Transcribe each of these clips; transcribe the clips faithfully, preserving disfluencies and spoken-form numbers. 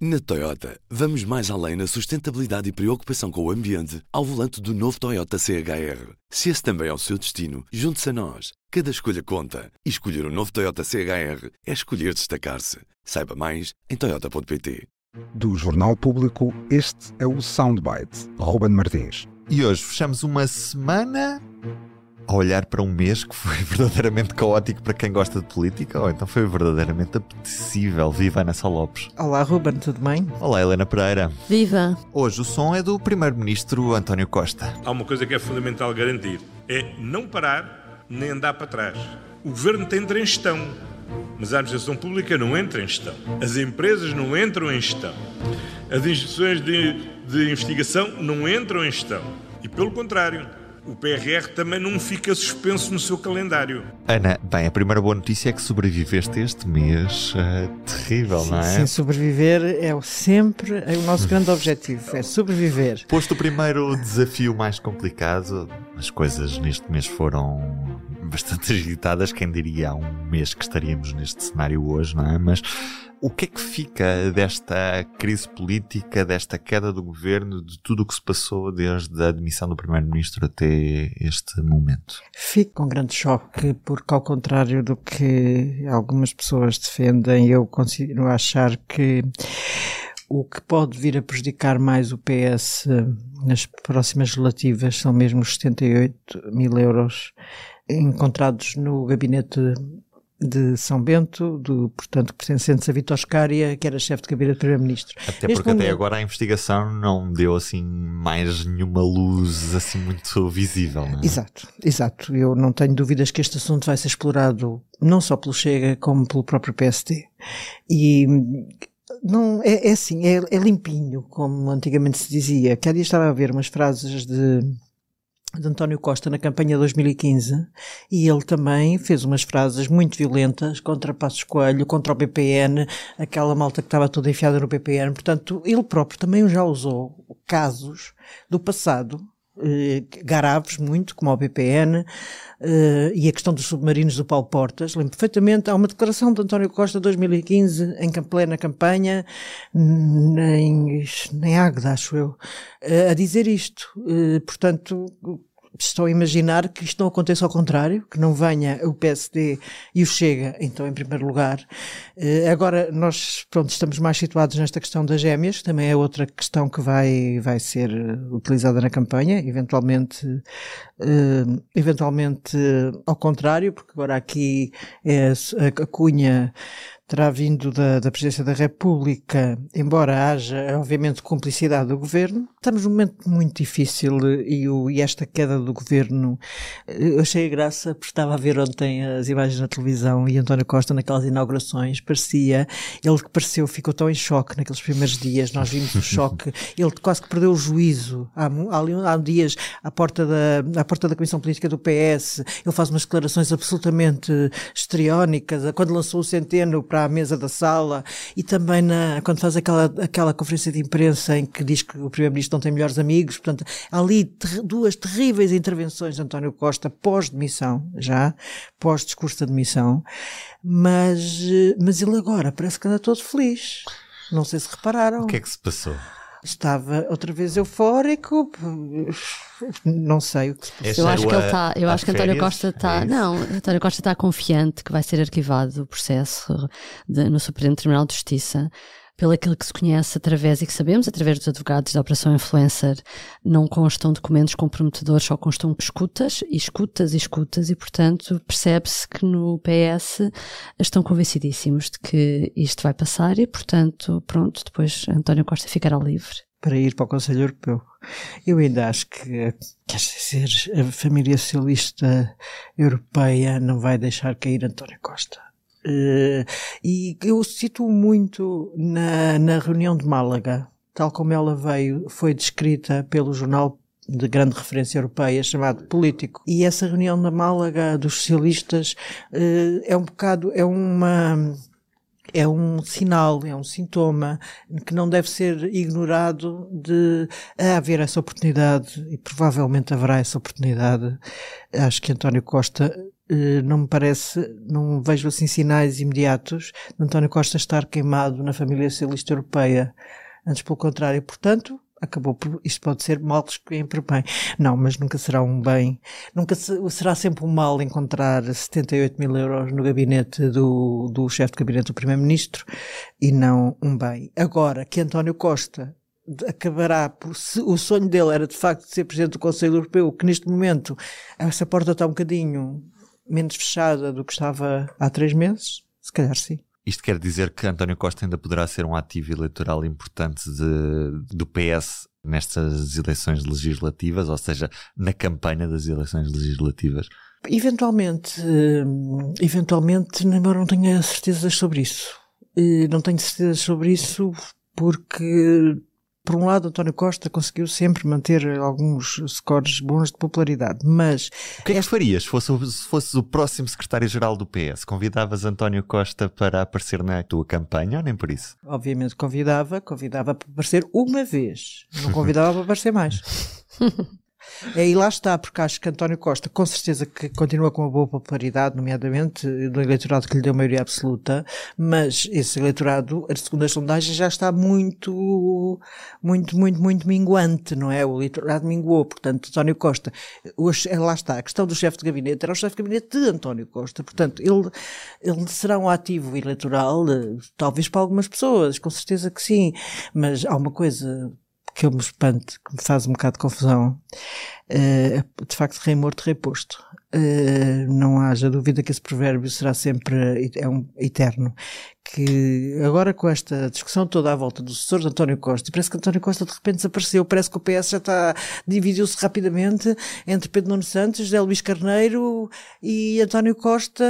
Na Toyota, vamos mais além na sustentabilidade e preocupação com o ambiente ao volante do novo Toyota C H R. Se esse também é o seu destino, junte-se a nós. Cada escolha conta. E escolher o novo Toyota C H R é escolher destacar-se. Saiba mais em toyota ponto pt. Do Jornal Público, este é o Soundbite. Ruben Martins. E hoje fechamos uma semana a olhar para um mês que foi verdadeiramente caótico para quem gosta de política, ou então foi verdadeiramente apetecível. Viva Ana Sá Lopes. Olá, Ruben, tudo bem? Olá, Helena Pereira. Viva! Hoje o som é do primeiro-ministro António Costa. Há uma coisa que é fundamental garantir, é não parar nem andar para trás. O governo tem de entrar em gestão, mas a administração pública não entra em gestão. As empresas não entram em gestão. As instituições de, de investigação não entram em gestão. E pelo contrário, o P R R também não fica suspenso no seu calendário. Ana, bem, a primeira boa notícia é que sobreviveste este mês uh, terrível, sim, não é? Sim, sobreviver é sempre é o nosso grande objetivo, é sobreviver. Posto o primeiro desafio mais complicado, as coisas neste mês foram bastante agitadas, quem diria há um mês que estaríamos neste cenário hoje, não é? Mas o que é que fica desta crise política, desta queda do governo, de tudo o que se passou desde a admissão do primeiro-ministro até este momento? Fico com grande choque, porque ao contrário do que algumas pessoas defendem, eu continuo a achar que o que pode vir a prejudicar mais o P S nas próximas legislativas são mesmo os setenta e oito mil euros encontrados no gabinete de São Bento, do, portanto, pertencentes a Vítor Scária, que era chefe de gabinete do primeiro-ministro. Até Neste porque momento, até agora a investigação não deu assim mais nenhuma luz assim muito visível, não é? Exato, exato. Eu não tenho dúvidas que este assunto vai ser explorado não só pelo Chega, como pelo próprio P S D. E não, é, é assim, é, é limpinho, como antigamente se dizia. Que há dias estava a ver umas frases de de António Costa na campanha de dois mil e quinze, e ele também fez umas frases muito violentas contra Passos Coelho, contra o P P N, aquela malta que estava toda enfiada no P P N. Portanto, ele próprio também já usou casos do passado, eh, graves muito, como o P P N, eh, e a questão dos submarinos do Paulo Portas. Lembro perfeitamente, há uma declaração de António Costa de dois mil e quinze, em plena campanha, em, em Águeda, acho eu, eh, a dizer isto. Eh, portanto, estou a imaginar que isto não aconteça ao contrário, que não venha o P S D e o Chega, então, em primeiro lugar. Uh, agora, nós, pronto, estamos mais situados nesta questão das gêmeas, que também é outra questão que vai, vai ser utilizada na campanha, eventualmente, uh, eventualmente uh, ao contrário, porque agora aqui é a, a Cunha terá vindo da, da Presidência da República, embora haja, obviamente, cumplicidade do Governo. Estamos num momento muito difícil e, o, e esta queda do Governo, eu achei a graça, porque estava a ver ontem as imagens na televisão e António Costa naquelas inaugurações, parecia, ele que pareceu, ficou tão em choque naqueles primeiros dias, nós vimos o choque, ele quase que perdeu o juízo. Há, há, há dias, à porta, da, à porta da Comissão Política do P S, ele faz umas declarações absolutamente histriónicas, quando lançou o Centeno para a mesa da sala, e também na, quando faz aquela, aquela conferência de imprensa em que diz que o primeiro-ministro não tem melhores amigos. Portanto, há ali ter, duas terríveis intervenções de António Costa pós-demissão, já, pós-discurso da demissão, mas, mas ele agora parece que anda todo feliz. Não sei se repararam. O que é que se passou? Estava outra vez eufórico, não sei o que se passou. Eu acho que ele está, eu a acho que António férias? Costa está, É não, António Costa está confiante que vai ser arquivado o processo de, no Supremo Tribunal de Justiça. Pelo aquilo que se conhece através e que sabemos, através dos advogados da Operação Influencer, não constam documentos comprometedores, só constam escutas e escutas e escutas, e portanto percebe-se que no P S estão convencidíssimos de que isto vai passar e portanto, pronto, depois António Costa ficará livre. Para ir para o Conselho Europeu. Eu ainda acho que, quer dizer, a família socialista europeia não vai deixar cair António Costa. Uh, e eu situo muito na, na reunião de Málaga, tal como ela veio, foi descrita pelo jornal de grande referência europeia chamado Político. E essa reunião na Málaga dos socialistas uh, é um bocado, é uma... é um sinal, é um sintoma que não deve ser ignorado de haver essa oportunidade, e provavelmente haverá essa oportunidade. Acho que António Costa não me parece, não vejo assim sinais imediatos de António Costa estar queimado na família socialista europeia. Antes, pelo contrário, portanto, acabou por, isto pode ser males que vêm por bem. Não, mas nunca será um bem, nunca se, será sempre um mal encontrar setenta e oito mil euros no gabinete do, do chefe de gabinete do primeiro-ministro e não um bem. Agora, que António Costa acabará por, se o sonho dele era de facto de ser Presidente do Conselho Europeu, que neste momento essa porta está um bocadinho menos fechada do que estava há três meses, se calhar sim. Isto quer dizer que António Costa ainda poderá ser um ativo eleitoral importante de, do P S nestas eleições legislativas, ou seja, na campanha das eleições legislativas? Eventualmente, eventualmente, embora não tenha certezas sobre isso. Não tenho certezas sobre isso porque, por um lado, António Costa conseguiu sempre manter alguns scores bons de popularidade, mas... O que é que farias se fosse, se fosses o próximo secretário-geral do P S? Convidavas António Costa para aparecer na tua campanha ou nem por isso? Obviamente convidava, convidava para aparecer uma vez, não convidava para aparecer mais. E lá está, porque acho que António Costa com certeza que continua com uma boa popularidade, nomeadamente do eleitorado que lhe deu maioria absoluta, mas esse eleitorado, segundo as sondagens, já está muito, muito, muito, muito minguante, não é? O eleitorado minguou, portanto, António Costa, hoje, lá está, a questão do chefe de gabinete era o chefe de gabinete de António Costa, portanto, ele, ele será um ativo eleitoral, talvez para algumas pessoas, com certeza que sim, mas há uma coisa que eu me espanto, que me faz um bocado de confusão, uh, de facto, rei morto, rei posto. Uh, não haja dúvida que esse provérbio será sempre é um, eterno. Que agora com esta discussão toda à volta do sucessor de António Costa, parece que António Costa de repente desapareceu, parece que o P S já está, dividiu-se rapidamente entre Pedro Nuno Santos, José Luís Carneiro e António Costa,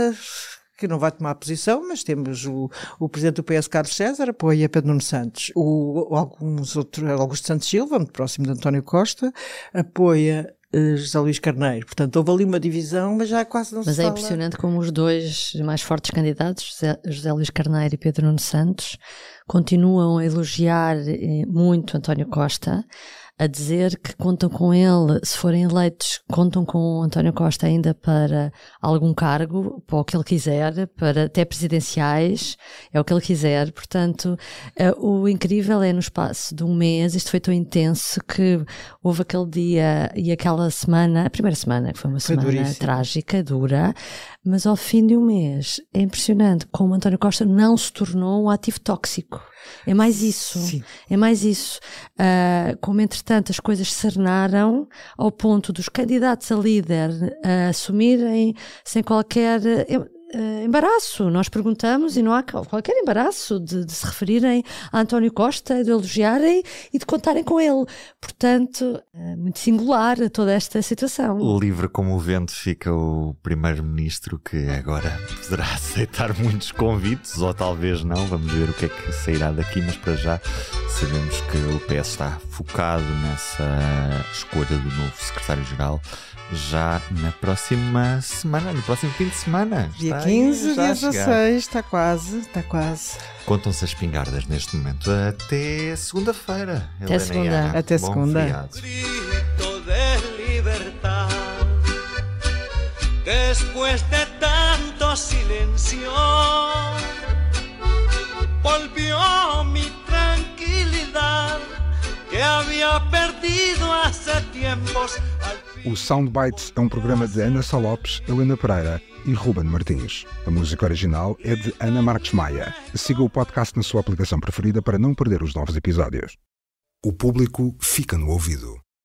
que não vai tomar posição, mas temos o, o presidente do P S, Carlos César, apoia Pedro Nuno Santos. O, alguns outros, Augusto Santos Silva, muito próximo de António Costa, apoia uh, José Luís Carneiro. Portanto, houve ali uma divisão, mas já quase não mas se é fala. Mas é impressionante como os dois mais fortes candidatos, José, José Luís Carneiro e Pedro Nuno Santos, continuam a elogiar muito António Costa, a dizer que contam com ele, se forem eleitos, contam com António Costa ainda para algum cargo, para o que ele quiser, para até presidenciais, é o que ele quiser. Portanto, o incrível é no espaço de um mês, isto foi tão intenso que houve aquele dia e aquela semana, a primeira semana, que foi uma foi semana duríssimo. Trágica, dura, mas ao fim de um mês é impressionante como António Costa não se tornou um ativo tóxico. É mais isso, Sim. é mais isso. Uh, como entretanto as coisas se serenaram ao ponto dos candidatos a líder uh, assumirem sem qualquer uh, embaraço. Nós perguntamos e não há qualquer embaraço de, de se referirem a António Costa, de elogiarem e de contarem com ele. Portanto, uh, muito singular toda esta situação. Livre como o vento fica o primeiro-ministro, que agora poderá aceitar muitos convites, ou talvez não, vamos ver o que é que sairá daqui, mas para já sabemos que o P S está focado nessa escolha do novo secretário-geral já na próxima semana, no próximo fim de semana. Dia Está quinze, aí, dia a chegar. dezasseis, está quase, está quase. Contam-se as pingardas neste momento até segunda-feira. Até Helena segunda. e Ana. Até Bom segunda. feriado. Grito de libertad. Después de tanto silencio, volvió mi tranquilidad que había perdido hace tiempos. O Soundbites é um programa de Ana Sá Lopes, Helena Pereira e Ruben Martins. A música original é de Ana Marques Maia. Siga o podcast na sua aplicação preferida para não perder os novos episódios. O público fica no ouvido.